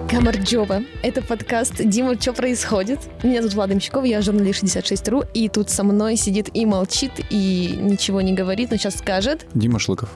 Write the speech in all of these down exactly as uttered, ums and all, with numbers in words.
Гамарджоба. Это подкаст «Дима, что происходит?». Меня зовут Влада Мщукова, я журналист шестьдесят шесть точка ру, и тут со мной сидит и молчит, и ничего не говорит, но сейчас скажет. Дима Шлыков.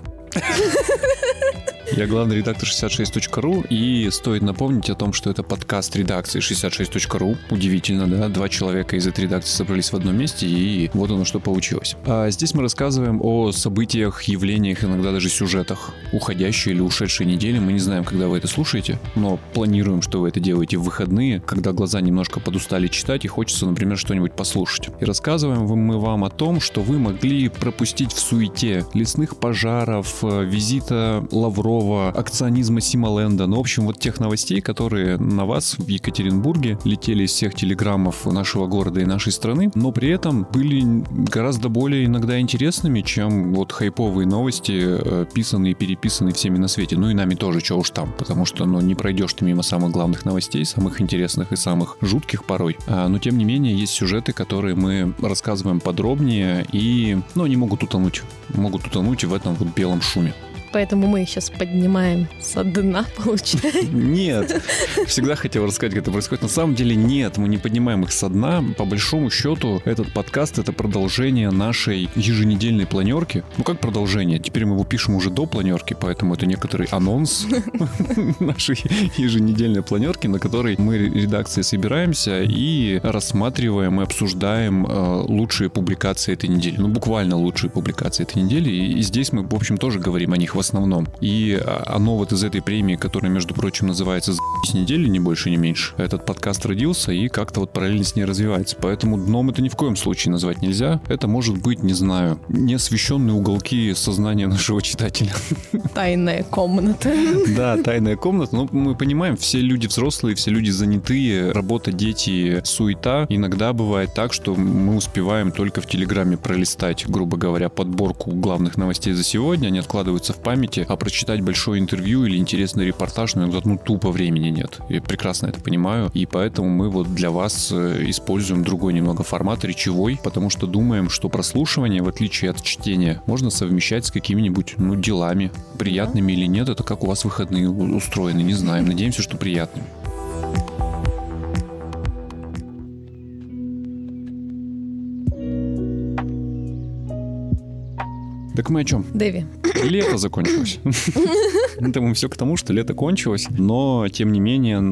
Я главный редактор шестьдесят шесть точка ру, и стоит напомнить о том, что это подкаст редакции шестьдесят шесть точка ру. Удивительно, да? Два человека из этой редакции собрались в одном месте, и вот оно что получилось. А здесь мы рассказываем о событиях, явлениях, иногда даже сюжетах уходящей или ушедшей недели. Мы не знаем, когда вы это слушаете, но планируем, что вы это делаете в выходные, когда глаза немножко подустали читать и хочется, например, что-нибудь послушать. И рассказываем мы вам о том, что вы могли пропустить в суете лесных пожаров, визита Лаврова, акционизма Симоленда, ну, в общем, вот тех новостей, которые на вас в Екатеринбурге летели из всех телеграммов нашего города и нашей страны, но при этом были гораздо более иногда интересными, чем вот хайповые новости, писанные и переписанные всеми на свете. Ну и нами тоже, чего уж там, потому что, ну, не пройдешь ты мимо самых главных новостей, самых интересных и самых жутких порой. А, но, тем не менее, есть сюжеты, которые мы рассказываем подробнее и, ну, они могут утонуть, могут утонуть в этом вот белом шуме. Поэтому мы сейчас поднимаем со дна, получается. Нет. Всегда хотел рассказать, как это происходит. На самом деле нет, мы не поднимаем их со дна. По большому счету, этот подкаст — это продолжение нашей еженедельной планерки. Ну, как продолжение? Теперь мы его пишем уже до планерки, поэтому это некоторый анонс нашей еженедельной планерки, на которой мы, редакции, собираемся и рассматриваем и обсуждаем лучшие публикации этой недели. Ну, буквально лучшие публикации этой недели. И здесь мы, в общем, тоже говорим о них в основном. И оно вот из этой премии, которая, между прочим, называется «З***ись недели», не больше, не меньше, этот подкаст родился и как-то вот параллельно с ней развивается. Поэтому дном это ни в коем случае назвать нельзя. Это может быть, не знаю, неосвещенные уголки сознания нашего читателя. Тайная комната. Да, тайная комната. Но мы понимаем, все люди взрослые, все люди занятые, работа, дети, суета. Иногда бывает так, что мы успеваем только в Телеграме пролистать, грубо говоря, подборку главных новостей за сегодня. Они откладываются в памяти, а прочитать большое интервью или интересный репортаж, ну, иногда, ну, тупо времени нет. Я прекрасно это понимаю, и поэтому мы вот для вас используем другой немного формат, речевой, потому что думаем, что прослушивание, в отличие от чтения, можно совмещать с какими-нибудь, ну, делами. Приятными или нет, это как у вас выходные устроены, не знаем. Надеемся, что приятными. Так мы о чем? Дэви. Лето закончилось. Это мы все к тому, что лето кончилось, но, тем не менее,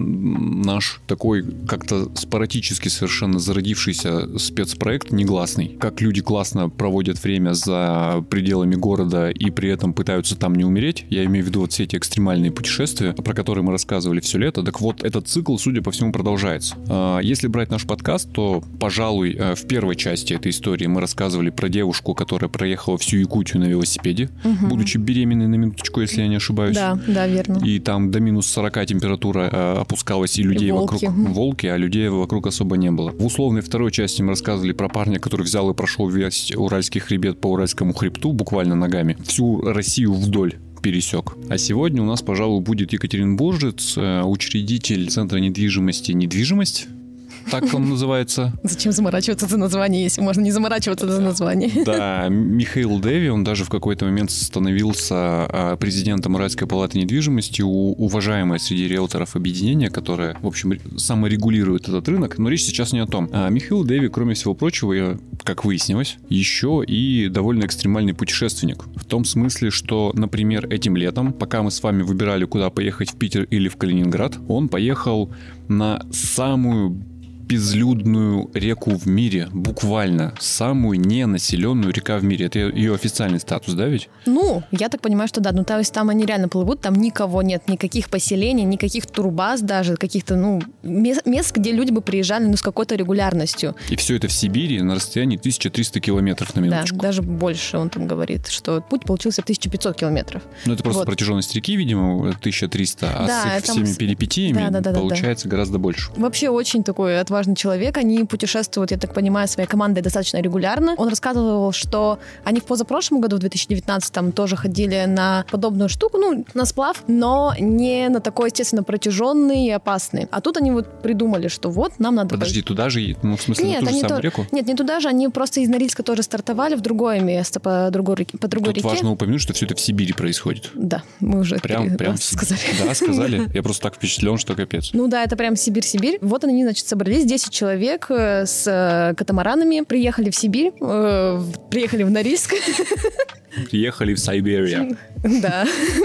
наш такой как-то спорадически совершенно зародившийся спецпроект негласный. Как люди классно проводят время за пределами города и при этом пытаются там не умереть. Я имею в виду вот все эти экстремальные путешествия, про которые мы рассказывали все лето. Так вот, этот цикл, судя по всему, продолжается. Если брать наш подкаст, то, пожалуй, в первой части этой истории мы рассказывали про девушку, которая проехала всю Якутию на велосипеде, угу. будучи беременной, на минуточку, если я не ошибаюсь. Да, да, верно. И там до минус сорок температура э, опускалась, и людей и волки. вокруг волки, а людей вокруг особо не было. В условной второй части мы рассказывали про парня, который взял и прошел весь Уральский хребет по Уральскому хребту, буквально ногами. Всю Россию вдоль пересек. А сегодня у нас, пожалуй, будет екатеринбуржец, э, учредитель Центра недвижимости «Недвижимость». Так он называется. Зачем заморачиваться за название, если можно не заморачиваться за название? Да, Михаил Дэви, он даже в какой-то момент становился президентом Уральской палаты недвижимости, уважаемое среди риэлторов объединение, которое, в общем, саморегулирует этот рынок. Но речь сейчас не о том. А Михаил Дэви, кроме всего прочего, как выяснилось, еще и довольно экстремальный путешественник. В том смысле, что, например, этим летом, пока мы с вами выбирали, куда поехать, в Питер или в Калининград, он поехал на самую безлюдную реку в мире, буквально самую ненаселенную река в мире. Это ее официальный статус, да, ведь? Ну, я так понимаю, что да. Ну, то есть там они реально плывут, там никого нет, никаких поселений, никаких турбаз даже, каких-то, ну, мест, мест, где люди бы приезжали, ну, с какой-то регулярностью. И все это в Сибири на расстоянии тысяча триста километров на минуточку. Да, даже больше, он там говорит, что путь получился тысяча пятьсот километров. Ну, это просто вот. Протяженность реки, видимо, тысяча триста, а да, с их всеми перипетиями да, да, да, получается да, да. гораздо больше. Вообще очень такой отважный важный человек. Они путешествуют, я так понимаю, своей командой достаточно регулярно. Он рассказывал, что они в позапрошлом году, в две тысячи девятнадцатом, тоже ходили на подобную штуку, ну, на сплав, но не на такой, естественно, протяженный и опасный. А тут они вот придумали, что вот, нам надо... Подожди, туда же, ну, в смысле, нет, на ту же самую то... реку? Нет, не туда же, они просто из Норильска тоже стартовали в другое место, по другой, по другой Тут реке. важно упомянуть, что все это в Сибири происходит. Да, мы уже прям, прям сказали. Да, сказали? Я просто так впечатлен, что капец. Ну да, это прям Сибирь-Сибирь. Вот они, значит, собрались, десять человек с катамаранами, приехали в Сибирь, э, приехали в Норильск. Приехали в Сибирию. Да.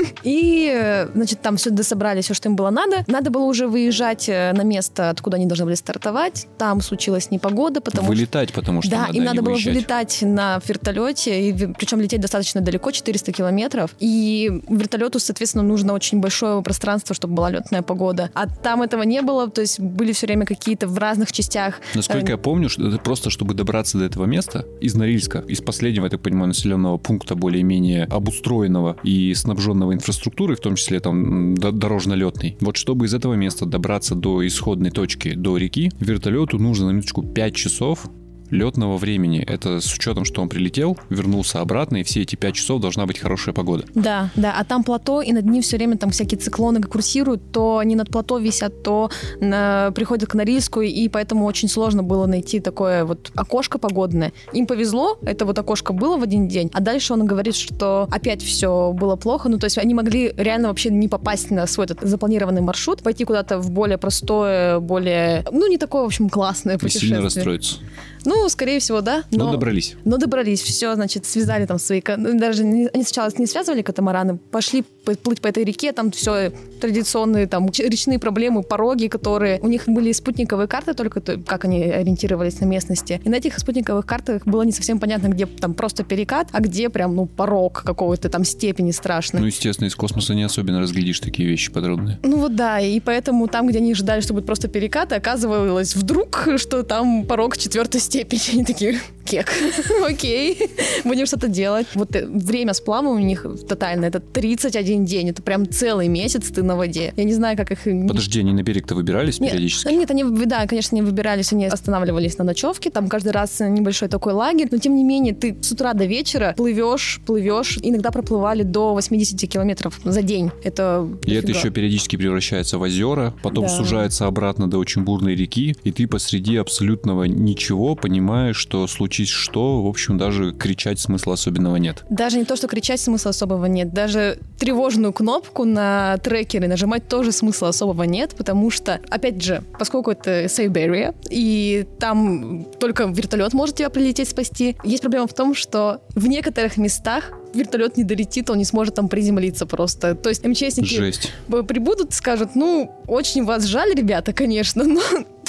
И, значит, там все дособрали, все, что им было надо. Надо было уже выезжать на место, откуда они должны были стартовать. Там случилась непогода, потому Вылетать, что... потому что да, надо, им надо было выезжать. вылетать на вертолете, и, причем лететь достаточно далеко, четыреста километров. И вертолету, соответственно, нужно очень большое пространство, чтобы была летная погода. А там этого не было, то есть были все время какие-то в разных частях. Насколько я помню, что это просто, чтобы добраться до этого места, из Норильска, из последнего, я так понимаю, населенного пункта, более-менее обустроенного и снабженного инфраструктурой, в том числе там дорожно-летной. Вот чтобы из этого места добраться до исходной точки, до реки, вертолету нужно на минуточку пять часов летного времени. Это с учетом, что он прилетел, вернулся обратно, и все эти пять часов должна быть хорошая погода. Да, да, а там плато, и над ним все время там всякие циклоны курсируют, то они над плато висят, то на... приходят к Норильску, и поэтому очень сложно было найти такое вот окошко погодное. Им повезло, это вот окошко было в один день, а дальше он говорит, что опять все было плохо, ну то есть они могли реально вообще не попасть на свой этот запланированный маршрут, пойти куда-то в более простое, более, ну не такое, в общем, классное путешествие. И сильно расстроиться. Ну, скорее всего, да. Но, но добрались. Но добрались. Все, значит, связали там свои... Даже не, они сначала не связывали катамараны, пошли плыть по этой реке, там все традиционные там речные проблемы, пороги, которые... У них были спутниковые карты только, как они ориентировались на местности. И на этих спутниковых картах было не совсем понятно, где там просто перекат, а где прям, ну, порог какого-то там степени страшный. Ну, естественно, из космоса не особенно разглядишь такие вещи подробные. Ну вот да, и поэтому там, где они ждали, что будет просто перекат, оказывалось вдруг, что там порог четвертой степени. Они такие, кек, окей, будем что-то делать. Вот время сплава у них тотально, это тридцать один день, это прям целый месяц ты на воде. Я не знаю, как их... Подожди, они на берег-то выбирались нет, периодически? Нет, они, да, конечно, не выбирались, они останавливались на ночевке, там каждый раз небольшой такой лагерь, но тем не менее ты с утра до вечера плывешь, плывешь, иногда проплывали до восемьдесят километров за день. Это и это фига. еще периодически превращается в озера, потом да. сужается обратно до очень бурной реки, и ты посреди абсолютного ничего понимаешь, что случись что, в общем, даже кричать смысла особенного нет. Даже не то, что кричать смысла особого нет, даже тревожную кнопку на трекере нажимать тоже смысла особого нет, потому что, опять же, поскольку это Сибирия, и там только вертолет может тебя прилететь спасти, есть проблема в том, что в некоторых местах вертолет не долетит, он не сможет там приземлиться просто. То есть МЧСники Жесть. прибудут, скажут, ну, очень вас жаль, ребята, конечно, но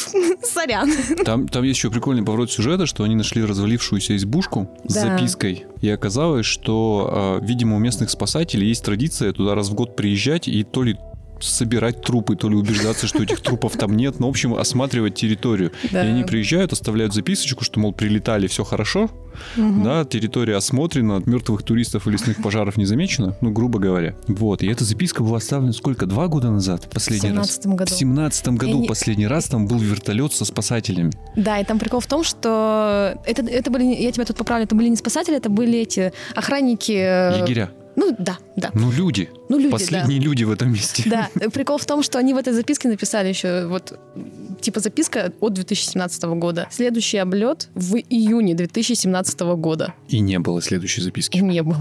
сорян. Там, там есть еще прикольный поворот сюжета, что они нашли развалившуюся избушку с да. запиской, и оказалось, что, видимо, у местных спасателей есть традиция туда раз в год приезжать и то ли собирать трупы, то ли убеждаться, что этих трупов там нет, но, в общем, осматривать территорию. Да. И они приезжают, оставляют записочку, что, мол, прилетали, все хорошо, угу. да, территория осмотрена, мертвых туристов и лесных пожаров не замечено, ну, грубо говоря. Вот, и эта записка была оставлена сколько? Два года назад? Последний раз? В семнадцатом году. В семнадцатом году они... последний раз там был вертолет со спасателями. Да, и там прикол в том, что это, это были, я тебя тут поправлю, это были не спасатели, это были эти охранники... Егеря. Ну, да, да. Ну, люди. Ну, люди, Последние да. люди в этом месте. Да, прикол в том, что они в этой записке написали еще, вот, типа записка от две тысячи семнадцатого года. Следующий облет в июне две тысячи семнадцатого года. И не было следующей записки. И не было.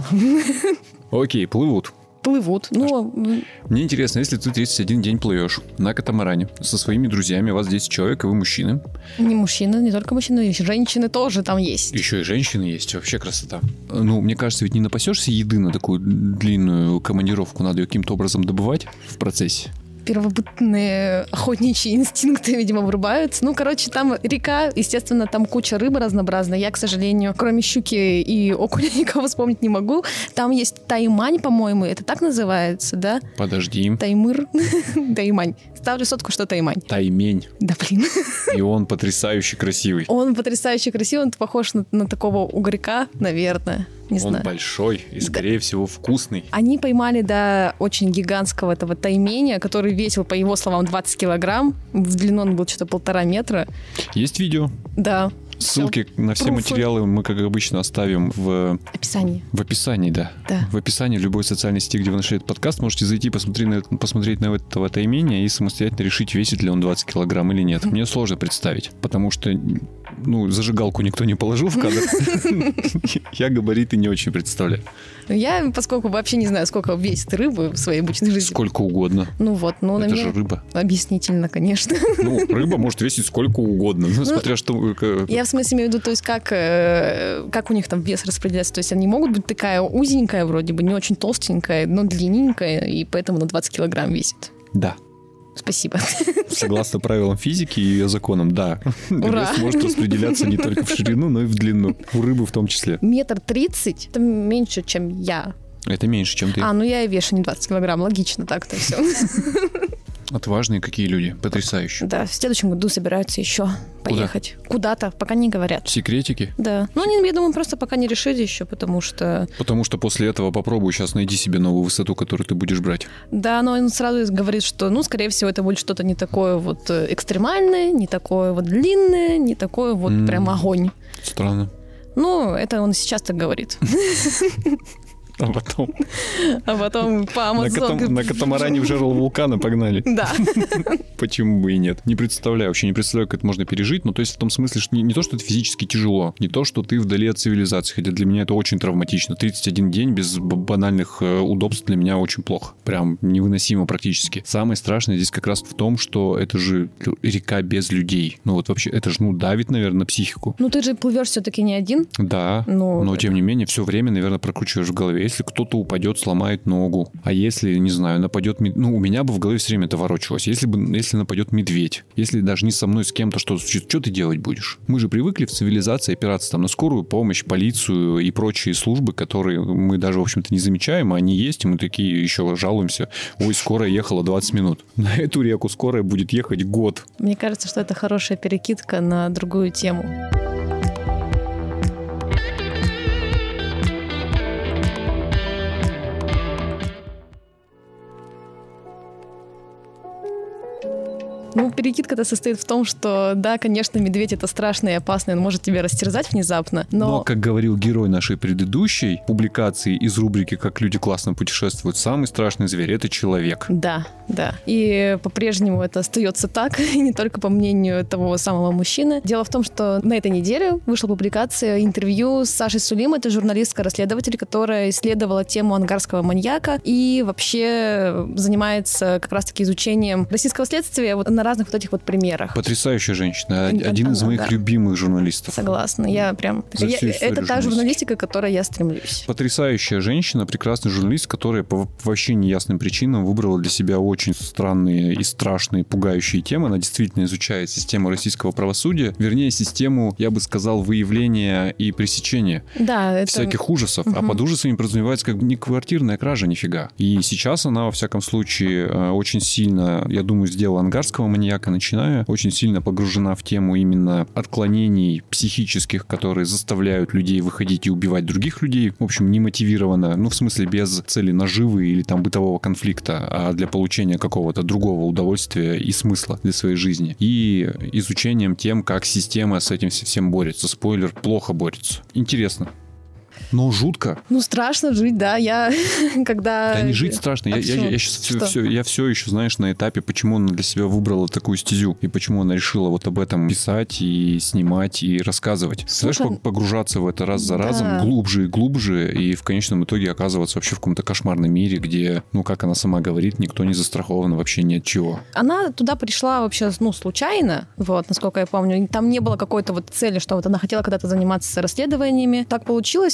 Окей, плывут. Плывут. Ну, мне интересно, если ты тридцать один день плывешь на катамаране со своими друзьями, у вас десять человек, и вы мужчины. Не мужчины, не только мужчины, и женщины тоже там есть. Еще и женщины есть, вообще красота. Ну, мне кажется, ведь не напасешься еды на такую длинную командировку, надо ее каким-то образом добывать в процессе. Первобытные охотничьи инстинкты, видимо, врубаются. Ну, короче, там река, естественно, там куча рыбы разнообразной. Я, к сожалению, кроме щуки и окуня никого вспомнить не могу. Там есть таймань, по-моему, это так называется, да? Подожди. Таймыр. Таймань. ставлю сотку, что Таймань. Таймень. Да, блин. И он потрясающе красивый. Он потрясающе красивый, он похож на, на такого угорька, наверное. Не он знаю. большой и, скорее да. всего, вкусный. Они поймали, да, очень гигантского этого тайменя, который весил, по его словам, двадцать килограмм. В длину он был что-то полтора метра. Есть видео? Да. Ссылки все. на все Пруфы. материалы мы, как обычно, оставим в описании. В описании, да. да. В описании любой социальной сети, где вы нашли этот подкаст, можете зайти, посмотреть на, посмотреть на этого тайменя и самостоятельно решить, весит ли он двадцать килограмм или нет. Мне сложно представить, потому что, ну, зажигалку никто не положил в кадр. Я габариты не очень представляю. Я, поскольку вообще не знаю, сколько весит рыба в своей обычной жизни. Сколько угодно. Ну вот, ну на Это меня... же рыба. Объяснительно, конечно. Ну, рыба может весить сколько угодно, ну, смотря что... Я в смысле имею в виду, то есть как, как у них там вес распределяется. То есть они могут быть такая узенькая вроде бы, не очень толстенькая, но длинненькая, и поэтому на двадцать килограмм весит. Да. Спасибо. Согласно правилам физики и ее законам, да. Ура. Вес может распределяться не только в ширину, но и в длину. У рыбы в том числе. Метр тридцать, это меньше, чем я. Это меньше, чем ты. А, ну я и вешу не двадцать килограмм, логично так-то все. Отважные какие люди, потрясающе. Да, в следующем году собираются еще поехать. Куда? Куда-то, пока не говорят. Секретики? Да. Ну, они, я думаю, просто пока не решили еще, потому что... Потому что после этого попробуй сейчас найди себе новую высоту, которую ты будешь брать. Да, но он сразу говорит, что, ну, скорее всего, это будет что-то не такое вот экстремальное, не такое вот длинное, не такое вот mm. прям огонь. Странно. Ну, это он сейчас так говорит. А потом... А потом по Амазонке... На, катам... на катамаране в жерло вулкана погнали. Да. Почему бы и нет? Не представляю, вообще не представляю, как это можно пережить. Ну, то есть в том смысле, что не, не то, что это физически тяжело, не то, что ты вдали от цивилизации, хотя для меня это очень травматично. тридцать один день без банальных э, удобств для меня очень плохо. Прям невыносимо практически. Самое страшное здесь как раз в том, что это же река без людей. Ну, вот вообще, это же, ну, давит, наверное, на психику. Ну, ты же плывешь все-таки не один. Да, ну, но тем не менее, все время, наверное, прокручиваешь в голове. Если кто-то упадет, сломает ногу, а если, не знаю, нападет... Ну, у меня бы в голове все время это ворочалось. Если бы, если нападет медведь, если даже не со мной, с кем-то, что, что ты делать будешь? Мы же привыкли в цивилизации опираться там на скорую помощь, полицию и прочие службы, которые мы даже, в общем-то, не замечаем, а они есть, и мы такие еще жалуемся. Ой, скорая ехала двадцать минут. На эту реку скорая будет ехать год. Мне кажется, что это хорошая перекидка на другую тему. Ну, перекидка-то состоит в том, что, да, конечно, медведь — это страшно и опасно, он может тебя растерзать внезапно, но... Но, как говорил герой нашей предыдущей публикации из рубрики «Как люди классно путешествуют», самый страшный зверь — это человек. Да, да. И по-прежнему это остается так, и не только по мнению того самого мужчины. Дело в том, что на этой неделе вышла публикация интервью с Сашей Сулим, это журналистка-расследователь, которая исследовала тему ангарского маньяка и вообще занимается как раз-таки изучением российского следствия вот на разных вот этих вот примерах. Потрясающая женщина. Один из моих да. любимых журналистов. Согласна. Я прям... Я, это та журналистика, к которой я стремлюсь. Потрясающая женщина, прекрасный журналист, которая по вообще неясным причинам выбрала для себя очень странные и страшные, пугающие темы. Она действительно изучает систему российского правосудия. Вернее, систему, я бы сказал, выявления и пресечения да, это... всяких ужасов. Угу. А под ужасами подразумевается как бы не квартирная кража, нифига. И сейчас она, во всяком случае, очень сильно, я думаю, сделала ангарского маньяка, начиная, очень сильно погружена в тему именно отклонений психических, которые заставляют людей выходить и убивать других людей. В общем, не мотивированно, ну, в смысле, без цели наживы или там бытового конфликта, а для получения какого-то другого удовольствия и смысла для своей жизни. И изучением тем, как система с этим всем борется. Спойлер, плохо борется. Интересно. Но жутко. Ну, страшно жить, да. Я когда... Да не жить страшно. Я, я, я, я, сейчас все, все, я все еще, знаешь, на этапе, почему она для себя выбрала такую стезю. И почему она решила вот об этом писать и снимать и рассказывать. Слушай, знаешь, погружаться в это раз за да. разом глубже и глубже. И в конечном итоге оказываться вообще в каком-то кошмарном мире, где, ну, как она сама говорит, никто не застрахован вообще ни от чего. Она туда пришла вообще, ну, случайно. Вот, насколько я помню. Там не было какой-то вот цели, что вот она хотела когда-то заниматься расследованиями. Так получилось.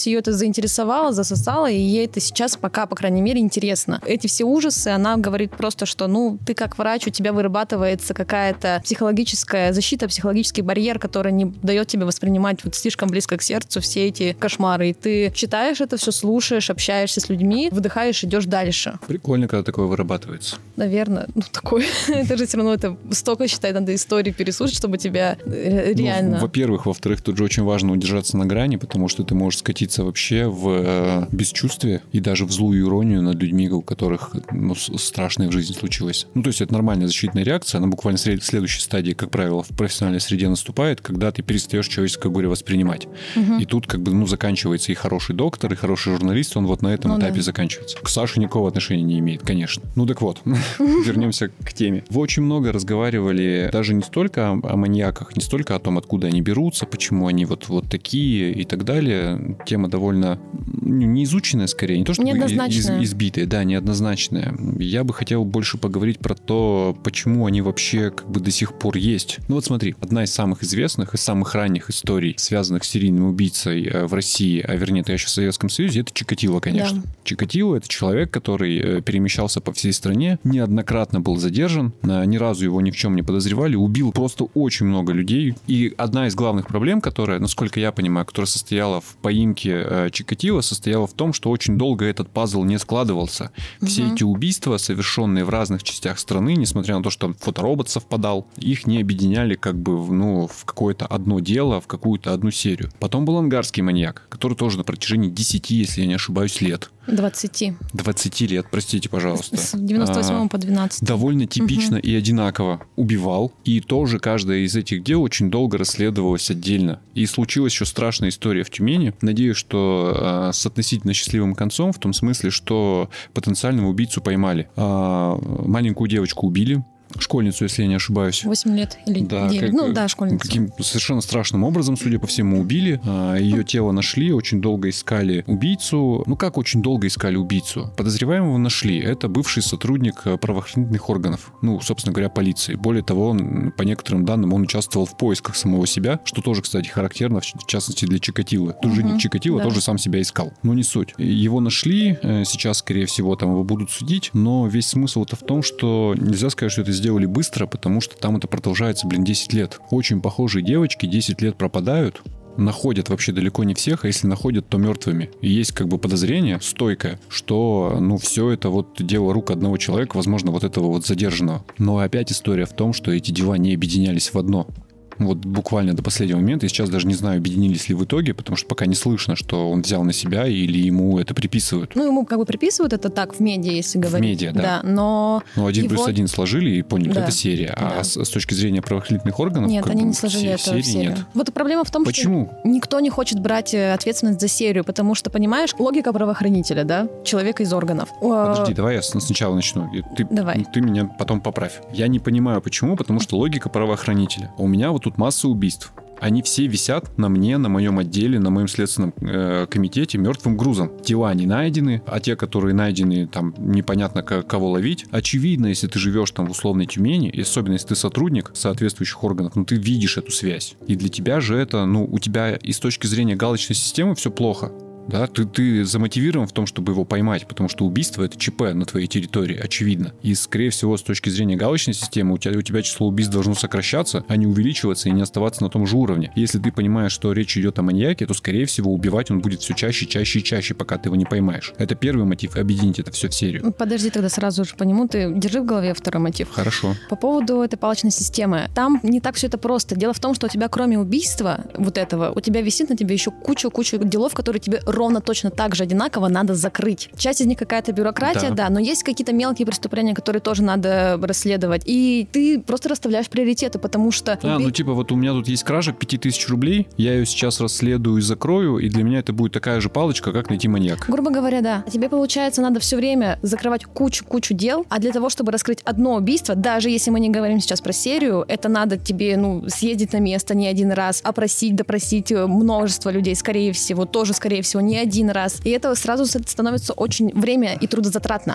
ее это заинтересовало, засосало, и ей это сейчас пока, по крайней мере, интересно. Эти все ужасы, она говорит просто, что, ну, ты как врач, у тебя вырабатывается какая-то психологическая защита, психологический барьер, который не дает тебе воспринимать вот слишком близко к сердцу все эти кошмары. И ты читаешь это все, слушаешь, общаешься с людьми, выдыхаешь, идешь дальше. Прикольно, когда такое вырабатывается. Наверное, ну, такое. Это же все равно это столько, считай, надо истории переслушать, чтобы тебя реально... Ну, во-первых, во-вторых, тут же очень важно удержаться на грани, потому что ты можешь скатиться вообще в э, бесчувствие и даже в злую иронию над людьми, у которых ну, страшное в жизни случилось. Ну, то есть это нормальная защитная реакция, она буквально в следующей стадии, как правило, в профессиональной среде наступает, когда ты перестаешь человеческое горе воспринимать. Угу. И тут как бы, ну, заканчивается и хороший доктор, и хороший журналист, он вот на этом ну, этапе да. заканчивается. К Саше никакого отношения не имеет, конечно. Ну, так вот, вернемся к теме. Вы очень много разговаривали даже не столько о маньяках, не столько о том, откуда они берутся, почему они вот, вот такие и так далее. Тема довольно неизученная, скорее. Не то, чтобы из, избитая, да, неоднозначная. Я бы хотел больше поговорить про то, почему они вообще как бы до сих пор есть. Ну вот смотри, одна из самых известных и самых ранних историй, связанных с серийным убийцей в России, а вернее, это еще в Советском Союзе, это Чикатило, конечно. Да. Чикатило — это человек, который перемещался по всей стране, неоднократно был задержан, ни разу его ни в чем не подозревали, убил просто очень много людей. И одна из главных проблем, которая, насколько я понимаю, которая состояла в поимке Чикатило, состояла в том, что очень долго этот пазл не складывался. Все угу. эти убийства, совершенные в разных частях страны, несмотря на то, что фоторобот совпадал, их не объединяли как бы ну, в какое-то одно дело, в какую-то одну серию. Потом был ангарский маньяк, который тоже на протяжении десяти, если я не ошибаюсь, лет. двадцати. двадцати лет, простите, пожалуйста. С девяносто восьмого а, по двенадцатый. Довольно типично угу. и одинаково убивал. И тоже каждое из этих дел очень долго расследовалось отдельно. И случилась еще страшная история в Тюмени. Надеюсь, что а, с относительно счастливым концом, в том смысле, что потенциального убийцу поймали. А, маленькую девочку убили. Школьницу, если я не ошибаюсь. восемь лет или да, девять. Как, ну да, школьницу. Каким совершенно страшным образом, судя по всему, убили. Ее тело нашли, очень долго искали убийцу. Ну как очень долго искали убийцу? Подозреваемого нашли. Это бывший сотрудник правоохранительных органов. Ну, собственно говоря, полиции. Более того, он, по некоторым данным, он участвовал в поисках самого себя, что тоже, кстати, характерно, в частности, для Чикатило. Тут же угу, Чикатило да. тоже сам себя искал. Но не суть. Его нашли. Сейчас, скорее всего, там его будут судить. Но весь смысл-то в том, что нельзя сказать, что это сделали быстро, потому что там это продолжается, блин, десять лет. Очень похожие девочки десять лет пропадают, находят вообще далеко не всех, а если находят, то мертвыми. И есть как бы подозрение стойкое, что, ну, все это вот дело рук одного человека, возможно, вот этого вот задержанного. Но опять история в том, что эти дела не объединялись в одно. Вот буквально до последнего момента. И сейчас даже не знаю, объединились ли в итоге, потому что пока не слышно, что он взял на себя или ему это приписывают. Ну, ему как бы приписывают это так в медиа, если говорить. В медиа, да. да но ну, один его... плюс один сложили и поняли, да. это серия. А да. с, с точки зрения правоохранительных органов... Нет, они бы, не сложили это в серию. Нет. Вот и проблема в том, Почему? что никто не хочет брать ответственность за серию, потому что, понимаешь, логика правоохранителя, да? Человека из органов. Подожди, давай я сначала начну. Ты, давай. ты меня потом поправь. Я не понимаю, почему, потому что логика правоохранителя. У меня вот тут масса убийств. Они все висят на мне, на моем отделе, на моем следственном э, комитете мертвым грузом. Тела не найдены, а те, которые найдены, там непонятно к- кого ловить. Очевидно, если ты живешь там в условной Тюмени, и особенно если ты сотрудник соответствующих органов, ну ты видишь эту связь. И для тебя же это, ну у тебя и с точки зрения галочной системы все плохо. Да, ты, ты замотивирован в том, чтобы его поймать, потому что убийство — это ЧП на твоей территории, очевидно. И, скорее всего, с точки зрения галочной системы у тебя, у тебя число убийств должно сокращаться, а не увеличиваться и не оставаться на том же уровне. Если ты понимаешь, что речь идет о маньяке, то, скорее всего, убивать он будет все чаще, чаще и чаще, пока ты его не поймаешь. Это первый мотив — объединить это все в серию. Подожди тогда сразу же по нему, ты держи в голове второй мотив. Хорошо. По поводу этой палочной системы. Там не так все это просто. Дело в том, что у тебя, кроме убийства вот этого, у тебя висит на тебе еще куча-куча делов, которые тебе ровно точно так же одинаково надо закрыть. Часть из них какая-то бюрократия, да. да, но есть какие-то мелкие преступления, которые тоже надо расследовать. И ты просто расставляешь приоритеты, потому что... А, уби... ну типа вот у меня тут есть кража пять тысяч рублей, я ее сейчас расследую и закрою, и для меня это будет такая же палочка, как найти маньяка. Грубо говоря, да. А тебе, получается, надо все время закрывать кучу-кучу дел, а для того, чтобы раскрыть одно убийство, даже если мы не говорим сейчас про серию, это надо тебе, ну, съездить на место не один раз, опросить, допросить множество людей, скорее всего, тоже, скорее всего, не один раз. И это сразу становится очень время и трудозатратно.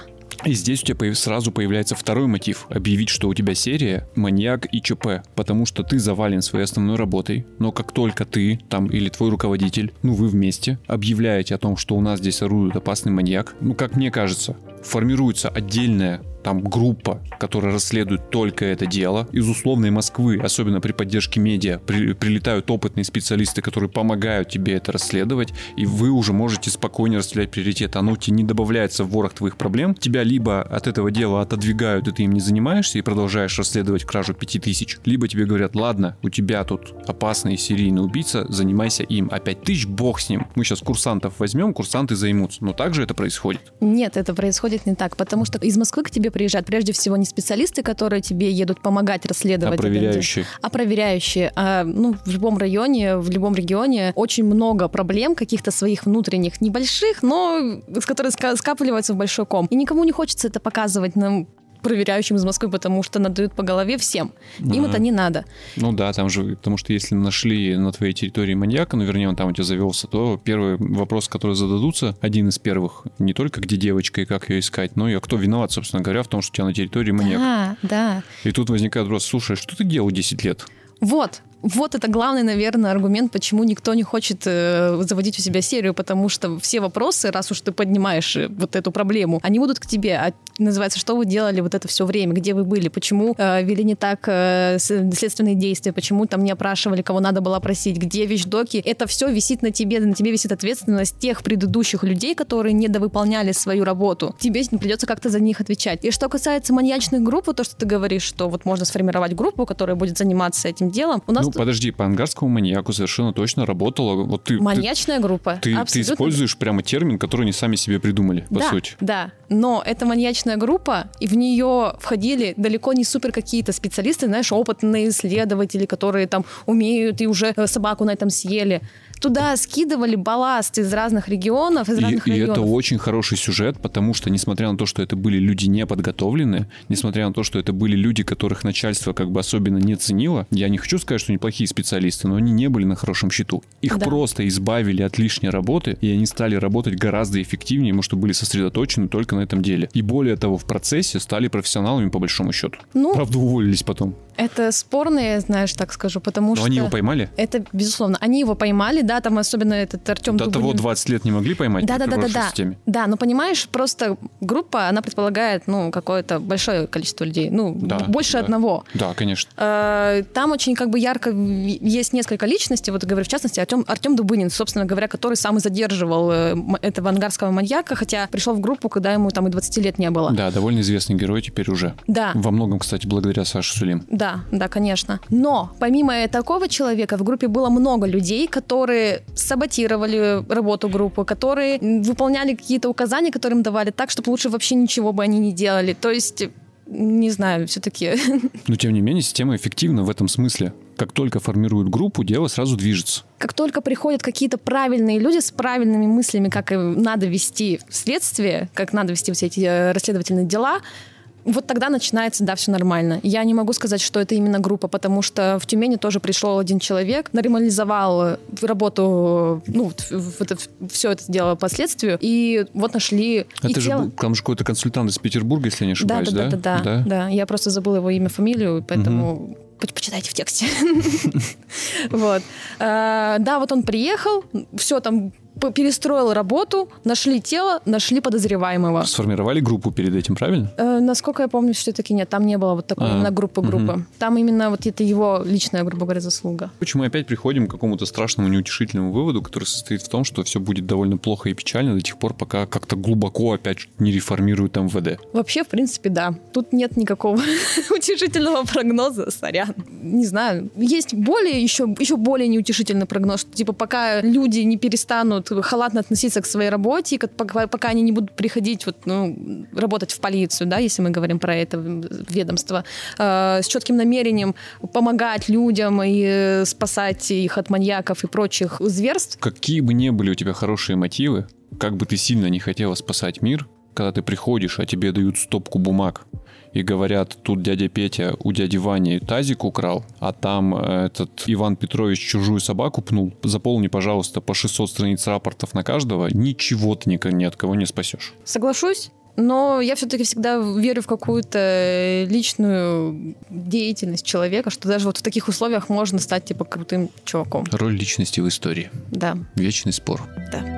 И здесь у тебя сразу появляется второй мотив — объявить, что у тебя серия маньяк и ЧП, потому что ты завален своей основной работой, но как только ты там или твой руководитель, ну вы вместе, объявляете о том, что у нас здесь орудует опасный маньяк, ну как мне кажется, формируется отдельная там группа, которая расследует только это дело. Из условной Москвы, особенно при поддержке медиа, при, прилетают опытные специалисты, которые помогают тебе это расследовать, и вы уже можете спокойно расставлять приоритеты. Оно тебе не добавляется в ворох твоих проблем. Тебя либо от этого дела отодвигают, и ты им не занимаешься, и продолжаешь расследовать кражу пяти тысяч, либо тебе говорят: ладно, у тебя тут опасный серийный убийца, занимайся им. А пять тысяч бог с ним. Мы сейчас курсантов возьмем, курсанты займутся. Но так же это происходит? Нет, это происходит не так, потому что из Москвы к тебе приезжают прежде всего не специалисты, которые тебе едут помогать расследовать. А проверяющие. А проверяющие. А, ну, в любом районе, в любом регионе очень много проблем каких-то своих внутренних, небольших, но с которые скапливаются в большой ком. И никому не хочется это показывать нам, проверяющим из Москвы, потому что надают по голове всем. Им а, это не надо. Ну да, там же, потому что если нашли на твоей территории маньяка, ну вернее он там у тебя завелся, то первый вопрос, который зададутся, один из первых, не только где девочка и как ее искать, но и а кто виноват, собственно говоря, в том, что у тебя на территории маньяк. Да, да. И тут возникает вопрос: слушай, что ты делал десять лет? Вот. Вот это главный, наверное, аргумент, почему никто не хочет э, заводить у себя серию, потому что все вопросы, раз уж ты поднимаешь вот эту проблему, они будут к тебе. А называется, что вы делали вот это все время, где вы были, почему э, вели не так э, следственные действия, почему там не опрашивали, кого надо было опросить, где вещдоки. Это все висит на тебе, на тебе висит ответственность тех предыдущих людей, которые недовыполняли свою работу. Тебе придется как-то за них отвечать. И что касается маньячных групп, то, что ты говоришь, что вот можно сформировать группу, которая будет заниматься этим делом, у нас... Ну, подожди, по ангарскому маньяку совершенно точно работала. Вот ты, маньячная ты, группа. Ты, ты используешь прямо термин, который они сами себе придумали, по да, сути. Да, но это маньячная группа, и в нее входили далеко не супер какие-то специалисты, знаешь, опытные исследователи, которые там умеют и уже собаку на этом съели. Туда скидывали балласт из разных регионов, из разных и, районов. И это очень хороший сюжет, потому что, несмотря на то, что это были люди неподготовленные, несмотря на то, что это были люди, которых начальство как бы особенно не ценило, я не хочу сказать, что они плохие специалисты, но они не были на хорошем счету. Их да. просто избавили от лишней работы, и они стали работать гораздо эффективнее, потому что были сосредоточены только на этом деле. И более того, в процессе стали профессионалами по большому счету. Ну, правда, уволились потом. Это спорные, знаешь, так скажу, потому но что... Но они его поймали? Это, безусловно. Они его поймали, да, там особенно этот Артем До Дубынин. того двадцать лет не могли поймать? Да, да, да, да, да. Системе. Да, но понимаешь, просто группа, она предполагает, ну, какое-то большое количество людей, ну, да, больше да. одного. Да, конечно. Там очень как бы ярко есть несколько личностей, вот говорю, в частности, Артем, Артем Дубынин, собственно говоря, который сам и задерживал этого ангарского маньяка, хотя пришел в группу, когда ему там и двадцати лет не было. Да, довольно известный герой теперь уже. Да. Во многом, кстати, благодаря Саше Сулим. Да, да, конечно. Но помимо такого человека в группе было много людей, которые саботировали работу группы, которые выполняли какие-то указания, которые им давали так, чтобы лучше вообще ничего бы они не делали. То есть, не знаю, все-таки... Но, тем не менее, система эффективна в этом смысле. Как только формируют группу, дело сразу движется. Как только приходят какие-то правильные люди с правильными мыслями, как надо вести следствие, как надо вести все эти расследовательные дела, вот тогда начинается, да, все нормально. Я не могу сказать, что это именно группа, потому что в Тюмени тоже пришел один человек, нормализовал работу, ну, это, все это дело по следствию, и вот нашли... Это же тело... был, там же какой-то консультант из Петербурга, если я не ошибаюсь, да? Да, да, да, да, да, да. Я просто забыла его имя, фамилию, поэтому... Угу. Почитайте в тексте. Вот. Да, вот он приехал, все там перестроил работу, нашли тело, нашли подозреваемого. Сформировали группу перед этим, правильно? Э, насколько я помню, все-таки нет, там не было вот такой а, именно группы-группы. Угу. Там именно вот это его личная, грубо говоря, заслуга. Почему мы опять приходим к какому-то страшному, неутешительному выводу, который состоит в том, что все будет довольно плохо и печально до тех пор, пока как-то глубоко опять не реформируют эм вэ дэ? Вообще, в принципе, да. Тут нет никакого утешительного прогноза, сорян. Не знаю. Есть более, еще, еще более неутешительный прогноз, что типа пока люди не перестанут халатно относиться к своей работе, пока, пока они не будут приходить вот, ну, работать в полицию, да, если мы говорим про это ведомство, э, с четким намерением помогать людям и спасать их от маньяков и прочих зверств. Какие бы ни были у тебя хорошие мотивы, как бы ты сильно не хотела спасать мир, когда ты приходишь, а тебе дают стопку бумаг и говорят, тут дядя Петя у дяди Вани тазик украл, а там этот Иван Петрович чужую собаку пнул, заполни, пожалуйста, по шестьсот страниц рапортов на каждого, ничего ты ни от кого не спасешь. Соглашусь. Но я все-таки всегда верю в какую-то личную деятельность человека, что даже вот в таких условиях можно стать типа крутым чуваком. Роль личности в истории. Да. Вечный спор. Да.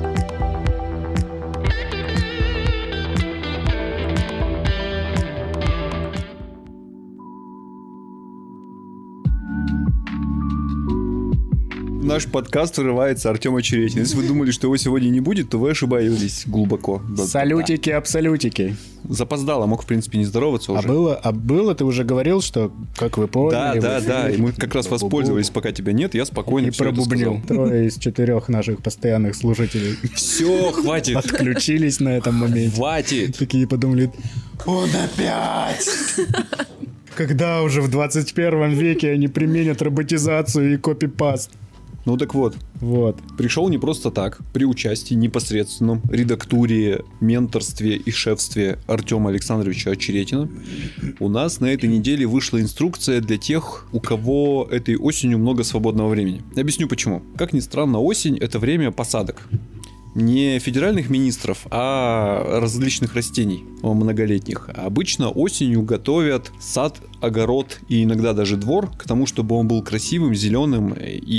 Наш подкаст вырывается Артем Очеретин. Если вы думали, что его сегодня не будет, то вы ошибаетесь глубоко. Салютики, абсолютики. Запоздало, мог, в принципе, не здороваться уже. А было, а было, ты уже говорил, что, как вы поняли... Да, да, вы... да, и мы как раз воспользовались, пока тебя нет, я спокойно и все пробубнил. это сказал. Трое из четырех наших постоянных слушателей Все, хватит. Отключились на этом моменте. Хватит. Такие подумали, он опять... Когда уже в двадцать первом веке они применят роботизацию и копипаст? Ну так вот, вот. Пришел не просто так, при участии непосредственном редактуре, менторстве и шефстве Артема Александровича Очеретина у нас на этой неделе вышла инструкция для тех, у кого этой осенью много свободного времени. Объясню почему. Как ни странно, осень — это время посадок. Не федеральных министров, а различных растений многолетних. Обычно осенью готовят сад, огород и иногда даже двор к тому, чтобы он был красивым, зеленым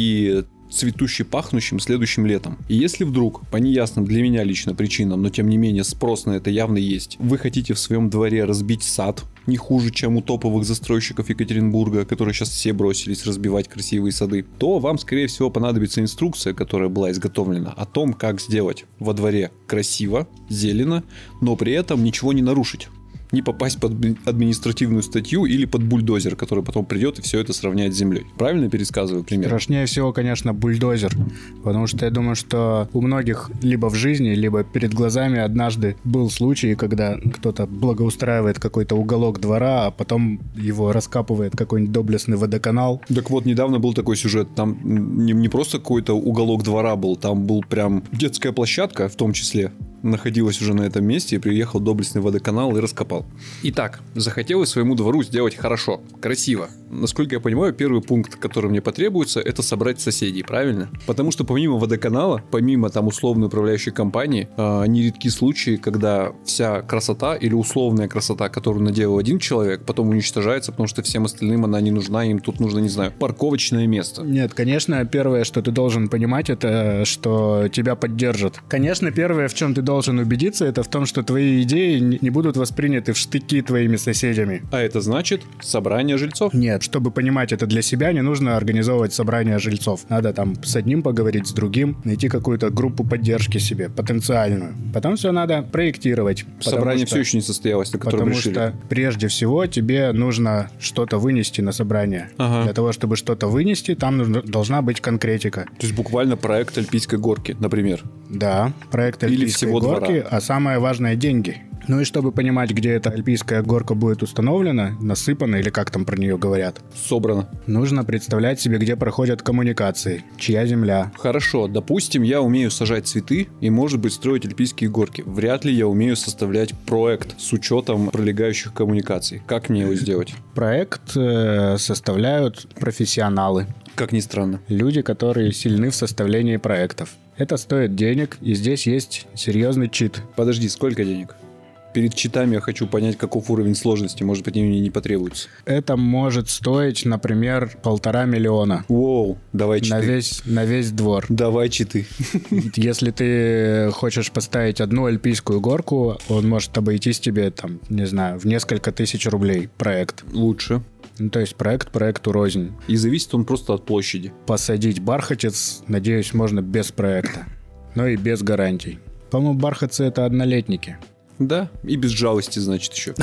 и цветуще пахнущим следующим летом. И если вдруг, по неясным для меня лично причинам, но тем не менее спрос на это явно есть, вы хотите в своем дворе разбить сад, не хуже, чем у топовых застройщиков Екатеринбурга, которые сейчас все бросились разбивать красивые сады, то вам, скорее всего, понадобится инструкция, которая была изготовлена о том, как сделать во дворе красиво, зелено, но при этом ничего не нарушить. Не попасть под административную статью или под бульдозер, который потом придет и все это сравняет с землей. Правильно пересказываю пример? Страшнее всего, конечно, бульдозер. Потому что я думаю, что у многих либо в жизни, либо перед глазами однажды был случай, когда кто-то благоустраивает какой-то уголок двора, а потом его раскапывает какой-нибудь доблестный водоканал. Так вот, недавно был такой сюжет. Там не, не просто какой-то уголок двора был, там был прям детская площадка в том числе. Находилась уже на этом месте, и приехал доблестный водоканал и раскопал. Итак, захотелось своему двору сделать хорошо, красиво. Насколько я понимаю, первый пункт, который мне потребуется, это собрать соседей, правильно? Потому что помимо водоканала, помимо там условной управляющей компании, э, нередки случаи, когда вся красота или условная красота, которую наделал один человек, потом уничтожается, потому что всем остальным она не нужна, им тут нужно, не знаю, парковочное место. Нет, конечно, первое, что ты должен понимать, это что тебя поддержат. Конечно, первое, в чем ты должен должен убедиться, это в том, что твои идеи не будут восприняты в штыки твоими соседями. А это значит собрание жильцов? Нет, чтобы понимать это для себя, не нужно организовывать собрание жильцов. Надо там с одним поговорить, с другим, найти какую-то группу поддержки себе, потенциальную. Потом все надо проектировать. Собрание что, все еще не состоялось, на котором потому решили. Потому что прежде всего тебе нужно что-то вынести на собрание. Ага. Для того, чтобы что-то вынести, там нужно, должна быть конкретика. То есть буквально проект Альпийской горки, например? Да, проект Альпийской Или всего горки, двора. А самое важное — деньги. Ну и чтобы понимать, где эта альпийская горка будет установлена, насыпана или как там про нее говорят, собрано, нужно представлять себе, где проходят коммуникации, чья земля. Хорошо, допустим, я умею сажать цветы и, может быть, строить альпийские горки. Вряд ли я умею составлять проект с учетом пролегающих коммуникаций. Как мне его сделать? Проект э, составляют профессионалы. Как ни странно. Люди, которые сильны в составлении проектов. Это стоит денег, и здесь есть серьезный чит. Подожди, сколько денег? Перед читами я хочу понять, каков уровень сложности. Может быть, они мне не потребуются. Это может стоить, например, полтора миллиона. Воу, давай читы. На весь, на весь двор. Давай читы. Если ты хочешь поставить одну альпийскую горку, он может обойтись тебе, там, не знаю, в несколько тысяч рублей проект. Лучше. Ну, то есть проект проекту рознь. И зависит он просто от площади. Посадить бархатец, надеюсь, можно без проекта. Но и без гарантий. По-моему, бархатцы — это однолетники. Да, и без жалости, значит, еще.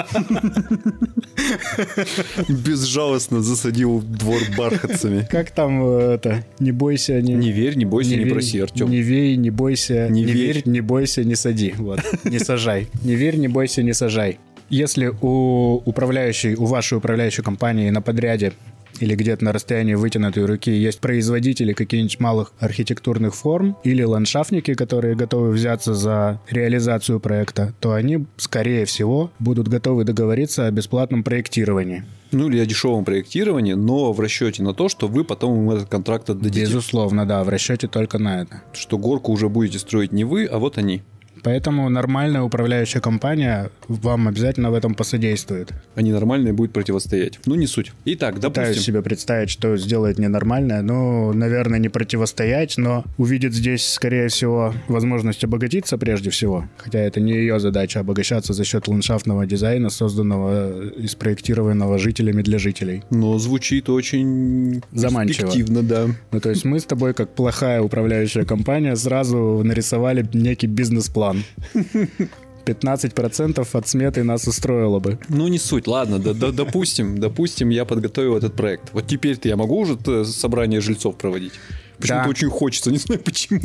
Безжалостно засадил двор бархатцами. Как там это? Не бойся, не... Не верь, не бойся, не проси, Артем. Не вей, не бойся, не не верь, не бойся, не сади. Вот, не сажай. Не верь, не бойся, не сажай. Если у управляющей, у вашей управляющей компании на подряде или где-то на расстоянии вытянутой руки есть производители каких-нибудь малых архитектурных форм или ландшафтники, которые готовы взяться за реализацию проекта, то они, скорее всего, будут готовы договориться о бесплатном проектировании. Ну или о дешевом проектировании, но в расчете на то, что вы потом им этот контракт отдадите. Безусловно, да, в расчете только на это. Что горку уже будете строить не вы, а вот они. Поэтому нормальная управляющая компания вам обязательно в этом посодействует. А ненормальное будет противостоять. Ну, не суть. Итак, допустим... Пытаюсь себе представить, что сделает ненормальное. Ну, наверное, не противостоять, но увидит здесь, скорее всего, возможность обогатиться прежде всего. Хотя это не ее задача — обогащаться за счет ландшафтного дизайна, созданного и спроектированного жителями для жителей. Но звучит очень заманчиво. Перспективно, да. Ну, то есть мы с тобой, как плохая управляющая компания, сразу нарисовали некий бизнес-план. пятнадцать процентов от сметы нас устроило бы. Ну, не суть. Ладно, да, да, допустим, допустим, я подготовил этот проект. Вот теперь-то я могу уже собрание жильцов проводить? Почему-то да. очень хочется, не знаю почему.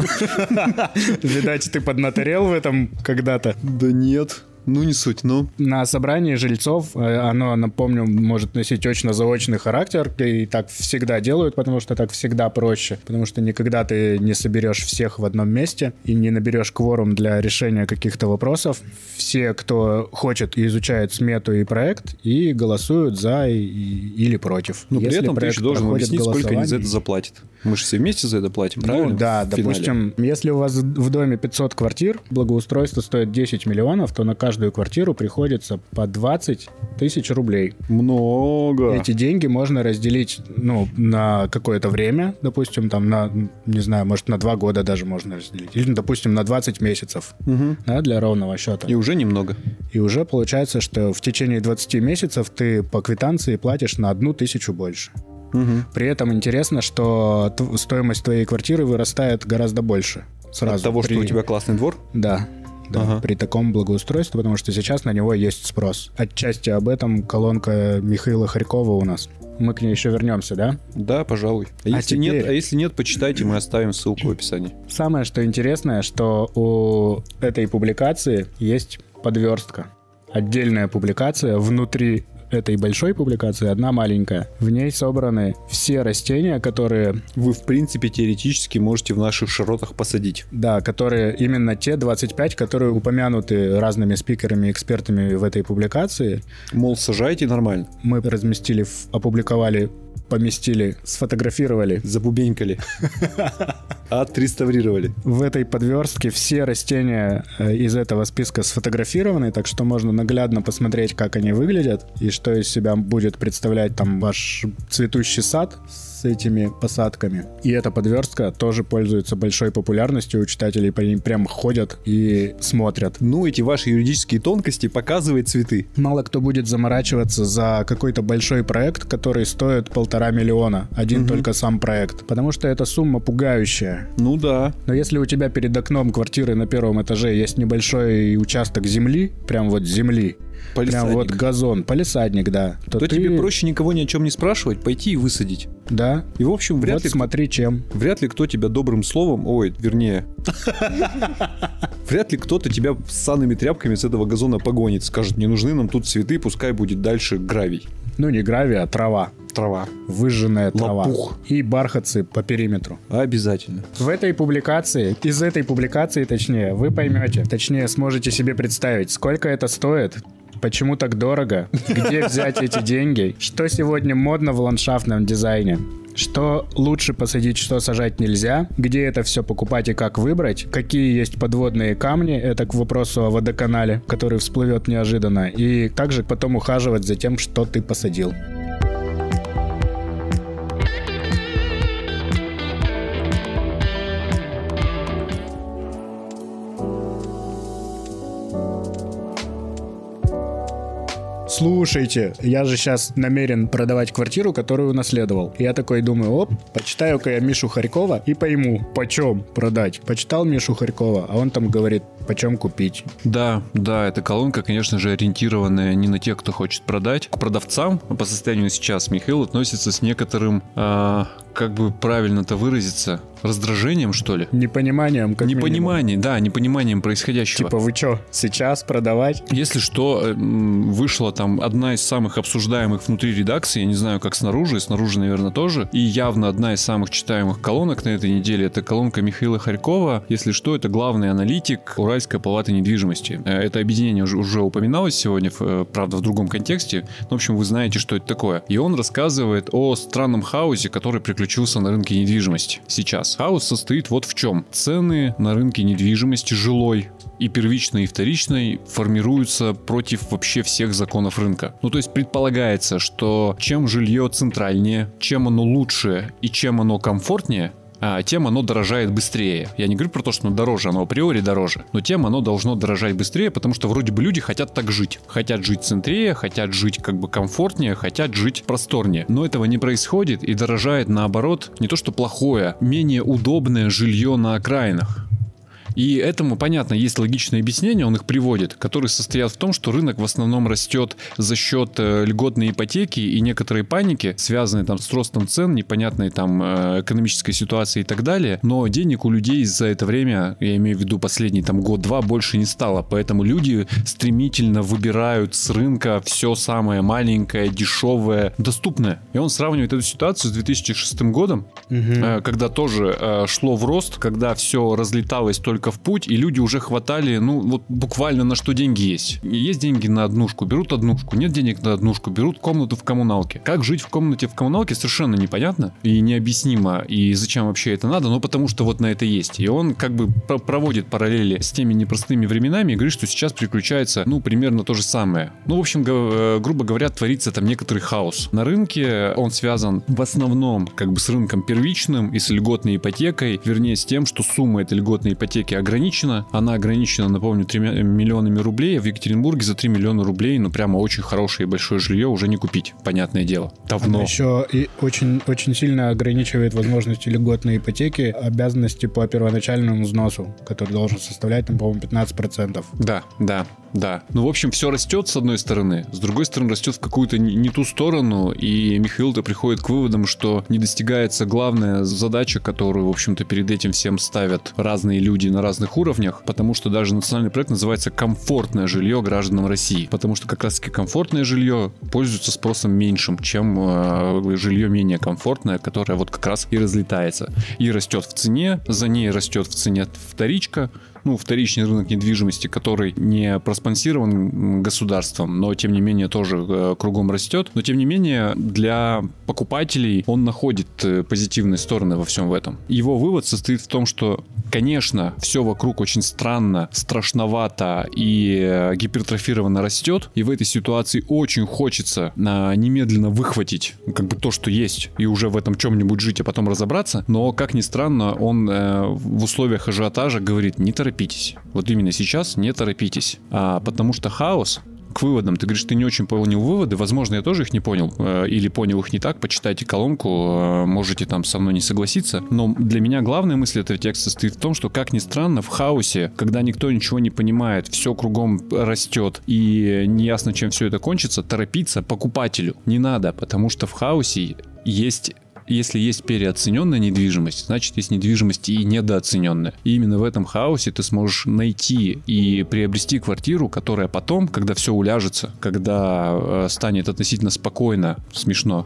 Видать, ты поднаторел в этом когда-то? Да нет. Ну, не суть, ну. На собрании жильцов, оно, напомню, может носить очно-заочный характер, и так всегда делают, потому что так всегда проще, потому что никогда ты не соберешь всех в одном месте и не наберешь кворум для решения каких-то вопросов. Все, кто хочет, изучают смету и проект и голосуют за и, или против. Но Если при этом ты еще должен объяснить, сколько они за это заплатят. Мы же все вместе за это платим, правильно? Ну да, в допустим, финале. Если у вас в доме пятьсот квартир, благоустройство стоит десять миллионов, то на каждую квартиру приходится по двадцать тысяч рублей. Много. Эти деньги можно разделить, ну, на какое-то время, допустим, там на, не знаю, может, на два года даже можно разделить. Или, допустим, на двадцать месяцев, угу. да, для ровного счета. И уже немного. И уже получается, что в течение двадцати месяцев ты по квитанции платишь на одну тысячу больше. Угу. При этом интересно, что т- стоимость твоей квартиры вырастает гораздо больше. Сразу. От того, при... что у тебя классный двор? Да. Да, ага. При таком благоустройстве, потому что сейчас на него есть спрос. Отчасти об этом колонка Михаила Харькова у нас. Мы к ней еще вернемся, да? Да, пожалуй. А, а, если, теперь... нет, а если нет, почитайте, мы оставим ссылку в описании. Самое, что интересное, что у этой публикации есть подверстка. Отдельная публикация внутри этой большой публикации, одна маленькая. В ней собраны все растения, которые... Вы, в принципе, теоретически можете в наших широтах посадить. Да, которые именно те двадцать пять, которые упомянуты разными спикерами, экспертами в этой публикации. Мол, сажайте нормально. Мы разместили, опубликовали, поместили, сфотографировали. Забубенькали. Отреставрировали. В этой подверстке все растения из этого списка сфотографированы, так что можно наглядно посмотреть, как они выглядят и что из себя будет представлять там ваш цветущий сад с этими посадками. И эта подверстка тоже пользуется большой популярностью у читателей, по ним прям ходят и смотрят. Ну, эти ваши юридические тонкости показывают цветы. Мало кто будет заморачиваться за какой-то большой проект, который стоит полтора миллиона. Один угу. только сам проект. Потому что эта сумма пугающая. Ну да. Но если у тебя перед окном квартиры на первом этаже есть небольшой участок земли, прям вот земли, палисадник. Прям вот газон, палисадник, да. То, то ты... тебе проще никого ни о чем не спрашивать, пойти и высадить. Да. И, в общем, вряд вот ли... смотри, чем. Вряд ли кто тебя добрым словом... Ой, вернее... Вряд ли кто-то тебя с санными тряпками с этого газона погонит. Скажет, не нужны нам тут цветы, пускай будет дальше гравий. Ну, не гравий, а трава. Трава. Выжженная трава. Лопух. И бархатцы по периметру. Обязательно. В этой публикации, из этой публикации, точнее, вы поймете, точнее, сможете себе представить, сколько это стоит, почему так дорого, где взять эти деньги, что сегодня модно в ландшафтном дизайне, что лучше посадить, что сажать нельзя, где это все покупать и как выбрать, какие есть подводные камни, это к вопросу о водоканале, который всплывет неожиданно, и также потом ухаживать за тем, что ты посадил. Слушайте, я же сейчас намерен продавать квартиру, которую унаследовал. Я такой думаю, оп, почитаю-ка я Мишу Харькова и пойму, почем продать. Почитал Мишу Харькова, а он там говорит, почем купить. Да, да, эта колонка, конечно же, ориентированная не на тех, кто хочет продать. К продавцам по состоянию сейчас Михаил относится с некоторым, э, как бы правильно-то выразиться, раздражением, что ли? Непониманием, как Непониманием, да, непониманием происходящего. Типа, вы что, сейчас продавать? Если что, вышла там одна из самых обсуждаемых внутри редакции, я не знаю, как снаружи, и снаружи, наверное, тоже, и явно одна из самых читаемых колонок на этой неделе — это колонка Михаила Харькова. Если что, это главный аналитик Уральского уральской оплаты недвижимости. Это объединение уже, уже упоминалось сегодня, правда, в другом контексте. Но, в общем, вы знаете, что это такое. И он рассказывает о странном хаосе, который приключился на рынке недвижимости сейчас. Хаос состоит вот в чем. Цены на рынке недвижимости жилой и первичной, и вторичной формируются против вообще всех законов рынка. Ну, то есть предполагается, что чем жилье центральнее, чем оно лучше и чем оно комфортнее, а, тем оно дорожает быстрее. Я не говорю про то, что оно дороже, оно априори дороже, но тем оно должно дорожать быстрее, потому что вроде бы люди хотят так жить. Хотят жить центрее, хотят жить как бы комфортнее, хотят жить просторнее. Но этого не происходит, и дорожает наоборот не то что плохое, менее удобное жилье на окраинах. И этому, понятно, есть логичное объяснение, он их приводит, которые состоят в том, что рынок в основном растет за счет э, льготной ипотеки и некоторой паники, связанной там с ростом цен, непонятной там э, экономической ситуации и так далее. Но денег у людей за это время, я имею в виду последний там год-два, больше не стало. Поэтому люди стремительно выбирают с рынка все самое маленькое, дешевое, доступное. И он сравнивает эту ситуацию с две тысячи шестым годом, угу. э, когда тоже э, шло в рост, когда все разлеталось только в путь, и люди уже хватали, ну, вот буквально на что деньги есть. Есть деньги на однушку, берут однушку. Нет денег на однушку, берут комнату в коммуналке. Как жить в комнате в коммуналке, совершенно непонятно и необъяснимо. И зачем вообще это надо? Ну, потому что вот на это есть. И он как бы проводит параллели с теми непростыми временами и говорит, что сейчас приключается, ну, примерно то же самое. Ну, в общем, грубо говоря, творится там некоторый хаос. На рынке он связан в основном как бы с рынком первичным и с льготной ипотекой, вернее, с тем, что сумма этой льготной ипотеки ограничена. Она ограничена, напомню, тремя миллионами рублей. В Екатеринбурге за три миллиона рублей, ну, прямо очень хорошее и большое жилье уже не купить, понятное дело. Давно. Она еще и очень, очень сильно ограничивает возможности льготной ипотеки, обязанности по первоначальному взносу, который должен составлять, там, по-моему, пятнадцать процентов. Да, да. Да. Ну, в общем, все растет с одной стороны, с другой стороны растет в какую-то не, не ту сторону, и Михаил-то приходит к выводам, что не достигается главная задача, которую, в общем-то, перед этим всем ставят разные люди на разных уровнях, потому что даже национальный проект называется «Комфортное жилье гражданам России», потому что как раз-таки комфортное жилье пользуется спросом меньшим, чем э, жилье менее комфортное, которое вот как раз и разлетается, и растет в цене, за ней растет в цене вторичка, ну, вторичный рынок недвижимости, который не проспонсирован государством, но, тем не менее, тоже э, кругом растет. Но, тем не менее, для покупателей он находит э, позитивные стороны во всем в этом. Его вывод состоит в том, что, конечно, все вокруг очень странно, страшновато и э, гипертрофированно растет, и в этой ситуации очень хочется э, немедленно выхватить как бы то, что есть, и уже в этом чем-нибудь жить, а потом разобраться. Но, как ни странно, он э, в условиях ажиотажа говорит: не торопитесь. торопитесь. Вот именно сейчас не торопитесь. А, потому что хаос, к выводам, ты говоришь, ты не очень понял выводы, возможно, я тоже их не понял, э, или понял их не так, почитайте колонку, э, можете там со мной не согласиться, но для меня главная мысль этого текста состоит в том, что, как ни странно, в хаосе, когда никто ничего не понимает, все кругом растет, и неясно, чем все это кончится, торопиться покупателю не надо, потому что в хаосе есть... Если есть переоцененная недвижимость, значит, есть недвижимость и недооцененная. И именно в этом хаосе ты сможешь найти и приобрести квартиру, которая потом, когда все уляжется, когда э, станет относительно спокойно, смешно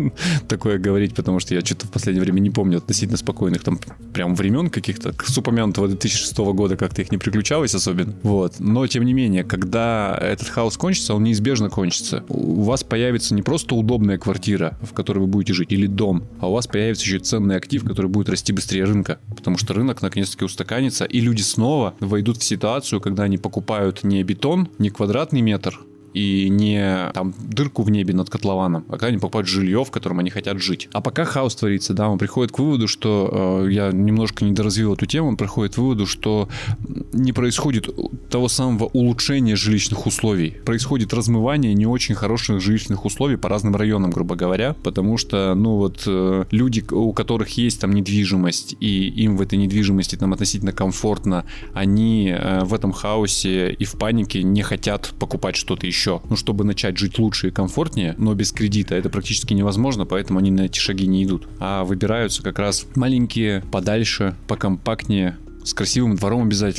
такое говорить, потому что я что-то в последнее время не помню относительно спокойных там прям времен каких-то, с упомянутого две тысячи шестого года как-то их не приключалось особенно. Вот. Но, тем не менее, когда этот хаос кончится, он неизбежно кончится. У вас появится не просто удобная квартира, в которой вы будете жить, или дом, а у вас появится еще и ценный актив, который будет расти быстрее рынка. Потому что рынок наконец-таки устаканится, и люди снова войдут в ситуацию, когда они покупают не бетон, не квадратный метр, и не там дырку в небе над котлованом, а когда они покупают жилье, в котором они хотят жить. А пока хаос творится, да, он приходит к выводу, что э, я немножко недоразвил эту тему, он приходит к выводу, что не происходит того самого улучшения жилищных условий. Происходит размывание не очень хороших жилищных условий по разным районам, грубо говоря, потому что, ну вот, э, люди, у которых есть там недвижимость, и им в этой недвижимости там относительно комфортно, они э, в этом хаосе и в панике не хотят покупать что-то еще. Ну, чтобы начать жить лучше и комфортнее, но без кредита это практически невозможно, поэтому они на эти шаги не идут. А выбираются как раз маленькие, подальше, покомпактнее, с красивым двором обязательно.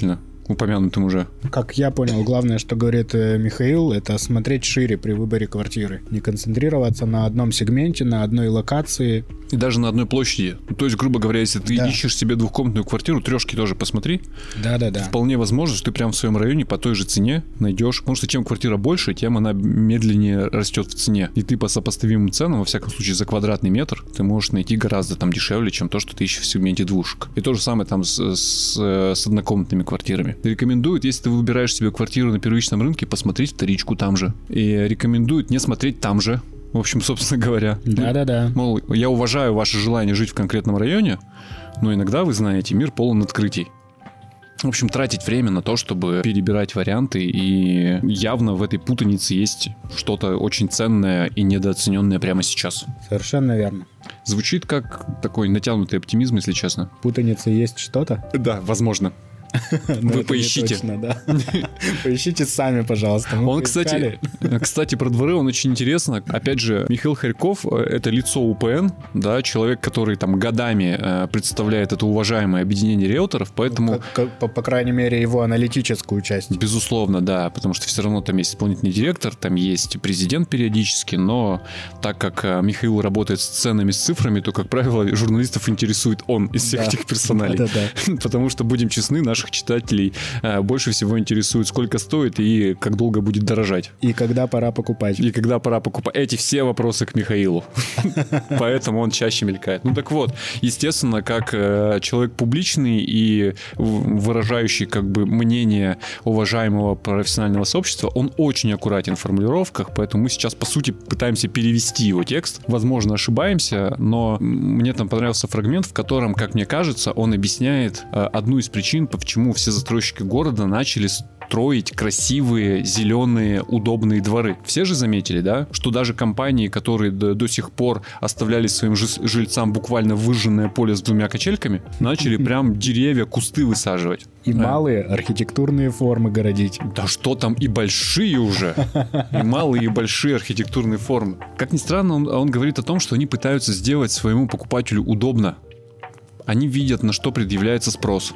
упомянутым уже. Как я понял, главное, что говорит Михаил, это смотреть шире при выборе квартиры. Не концентрироваться на одном сегменте, на одной локации. И даже на одной площади. То есть, грубо говоря, если ты да. ищешь себе двухкомнатную квартиру, трешки тоже посмотри. Да-да-да. Вполне возможно, что ты прямо в своем районе по той же цене найдешь. Потому что чем квартира больше, тем она медленнее растет в цене. И ты по сопоставимым ценам, во всяком случае, за квадратный метр, ты можешь найти гораздо там дешевле, чем то, что ты ищешь в сегменте двушек. И то же самое там с, с, с однокомнатными квартирами. Рекомендуют, если ты выбираешь себе квартиру на первичном рынке, посмотреть вторичку там же. И рекомендуют не смотреть там же. В общем, собственно говоря. Да-да-да. Мол, я уважаю ваше желание жить в конкретном районе, но иногда, вы знаете, мир полон открытий. В общем, тратить время на то, чтобы перебирать варианты, и явно в этой путанице есть что-то очень ценное и недооцененное прямо сейчас. Совершенно верно. Звучит как такой натянутый оптимизм, если честно. В путанице есть что-то? Да, возможно. Вы поищите. Точно, да. Поищите сами, пожалуйста. Он, кстати, кстати, про дворы он очень интересно. Опять же, Михаил Хорьков — это лицо УПН, да, человек, который там годами э, представляет это уважаемое объединение риэлторов, поэтому... Как, по, по крайней мере, его аналитическую часть. Безусловно, да, потому что все равно там есть исполнительный директор, там есть президент периодически, но так как Михаил работает с ценами, с цифрами, то, как правило, журналистов интересует он из всех да. этих персоналей. Да, да, да. Потому что, будем честны, наш читателей э, больше всего интересует, сколько стоит и как долго будет дорожать. И когда пора покупать. И когда пора покупать. Эти все вопросы к Михаилу. Поэтому он чаще мелькает. Ну так вот, естественно, как э, человек публичный и выражающий как бы мнение уважаемого профессионального сообщества, он очень аккуратен в формулировках, поэтому мы сейчас, по сути, пытаемся перевести его текст. Возможно, ошибаемся, но мне там понравился фрагмент, в котором, как мне кажется, он объясняет э, одну из причин, почему Почему все застройщики города начали строить красивые, зеленые, удобные дворы. Все же заметили, да, что даже компании, которые до, до сих пор оставляли своим жильцам буквально выжженное поле с двумя качельками, начали прям деревья, кусты высаживать. И да. малые архитектурные формы городить. Да что там, и большие уже. И малые, и большие архитектурные формы. Как ни странно, он, он говорит о том, что они пытаются сделать своему покупателю удобно. Они видят, на что предъявляется спрос,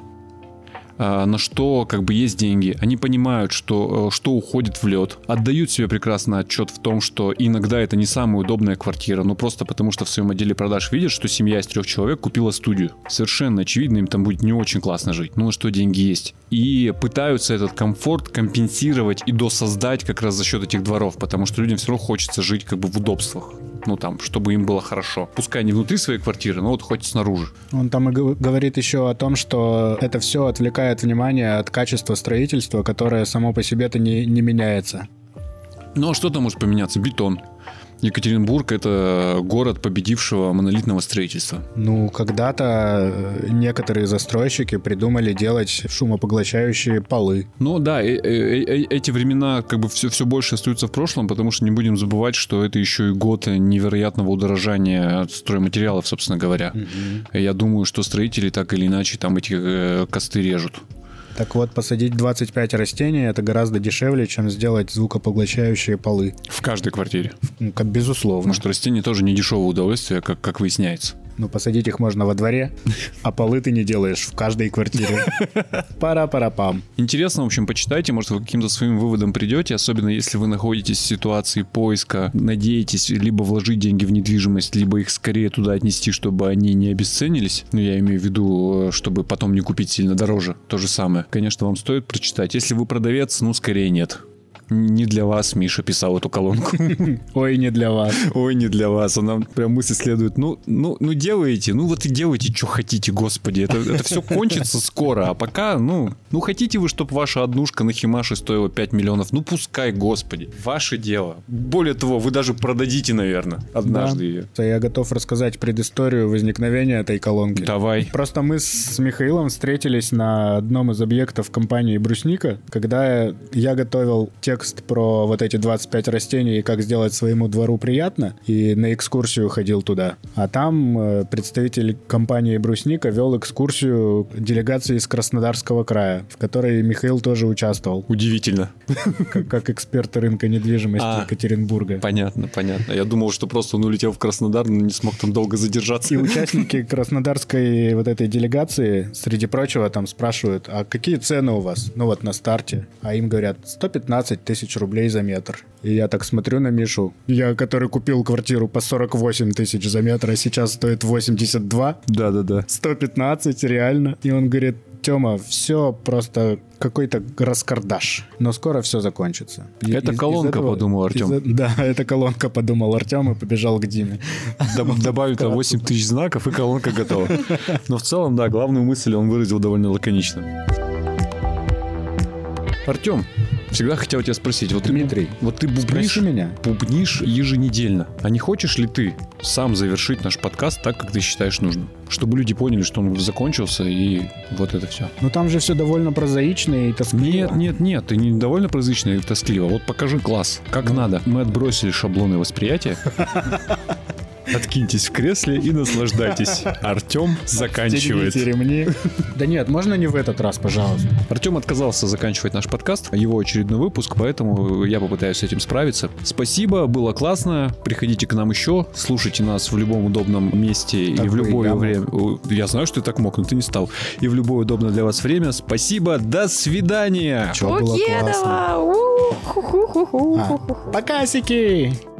на что как бы есть деньги. Они понимают, что, что уходит в лед. Отдают себе прекрасно отчет в том, что иногда это не самая удобная квартира, но просто потому, что в своем отделе продаж видят, что семья из трех человек купила студию. Совершенно очевидно, им там будет не очень классно жить. Ну на что деньги есть. И пытаются этот комфорт компенсировать и досоздать как раз за счет этих дворов, потому что людям все равно хочется жить как бы в удобствах. Ну там, чтобы им было хорошо. Пускай не внутри своей квартиры, но вот хоть снаружи. Он там и говорит еще о том, что это все отвлекает внимание от качества строительства, которое само по себе-то не, не меняется. Ну а что там может поменяться? Бетон. Екатеринбург — это город победившего монолитного строительства. Ну, когда-то некоторые застройщики придумали делать шумопоглощающие полы. Ну да, э- э- э- эти времена как бы все, все больше остаются в прошлом, потому что не будем забывать, что это еще и год невероятного удорожания стройматериалов, собственно говоря. Угу. Я думаю, что строители так или иначе там эти э, косты режут. Так вот, посадить двадцать пять растений — это гораздо дешевле, чем сделать звукопоглощающие полы. В каждой квартире. Ну, как безусловно. Потому что растения тоже не дешевое удовольствие, как, как выясняется. Ну, посадить их можно во дворе, а полы ты не делаешь в каждой квартире. Пара-пара-пам. Интересно, в общем, почитайте, может, вы к каким-то своим выводам придете, особенно если вы находитесь в ситуации поиска, надеетесь либо вложить деньги в недвижимость, либо их скорее туда отнести, чтобы они не обесценились. Ну, я имею в виду, чтобы потом не купить сильно дороже. То же самое. Конечно, вам стоит прочитать. Если вы продавец, ну, скорее нет. Не для вас Миша писал эту колонку. Ой, не для вас. Ой, не для вас. Она прям мысли следует. Ну, ну, ну делайте, ну вот и делайте, что хотите, господи. Это, это все кончится скоро. А пока, ну, ну хотите вы, чтобы ваша однушка на Химаше стоила пять миллионов? Ну пускай, господи. Ваше дело. Более того, вы даже продадите, наверное, однажды да. ее. Я готов рассказать предысторию возникновения этой колонки. Давай. Просто мы с Михаилом встретились на одном из объектов компании «Брусника», когда я готовил текст текст про вот эти двадцать пять растений и как сделать своему двору приятно, и на экскурсию ходил туда. А там э, представитель компании «Брусника» вел экскурсию делегации из Краснодарского края, в которой Михаил тоже участвовал. Удивительно. Как, как эксперт рынка недвижимости а, Екатеринбурга. Понятно, понятно. Я думал, что просто он улетел в Краснодар, но не смог там долго задержаться. И участники краснодарской вот этой делегации, среди прочего, там спрашивают, а какие цены у вас? Ну вот на старте. А им говорят, сто пятнадцать тысяч рублей за метр. И я так смотрю на Мишу, я, который купил квартиру по сорок восемь тысяч за метр, а сейчас стоит восемьдесят два. Да-да-да. сто пятнадцать, реально. И он говорит, Тёма, все просто какой-то раскардаш. Но скоро все закончится. И это из, колонка, из этого, подумал Артем. Из, да, это колонка, подумал Артем и побежал к Диме. Добавить восемь тысяч знаков, и колонка готова. Но в целом, да, главную мысль он выразил довольно лаконично. Артем, всегда хотел тебя спросить. Вот Дмитрий, ты, вот ты бубнишь, меня. бубнишь еженедельно. А не хочешь ли ты сам завершить наш подкаст так, как ты считаешь нужным? Чтобы люди поняли, что он закончился, и вот это все. Ну там же все довольно прозаично и тоскливо. Нет, нет, нет, ты не довольно прозаично и тоскливо. Вот покажи класс, как ну. надо. Мы отбросили шаблоны восприятия. Откиньтесь в кресле и наслаждайтесь. Артем заканчивает. Ремни. Да нет, можно не в этот раз, пожалуйста. Артем отказался заканчивать наш подкаст, его очередной выпуск, поэтому я попытаюсь с этим справиться. Спасибо, было классно. Приходите к нам еще, слушайте нас в любом удобном месте так и в любое время. Я знаю, что ты так мог, но ты не стал. И в любое удобное для вас время. Спасибо, до свидания. Чё было классно. А, покасики!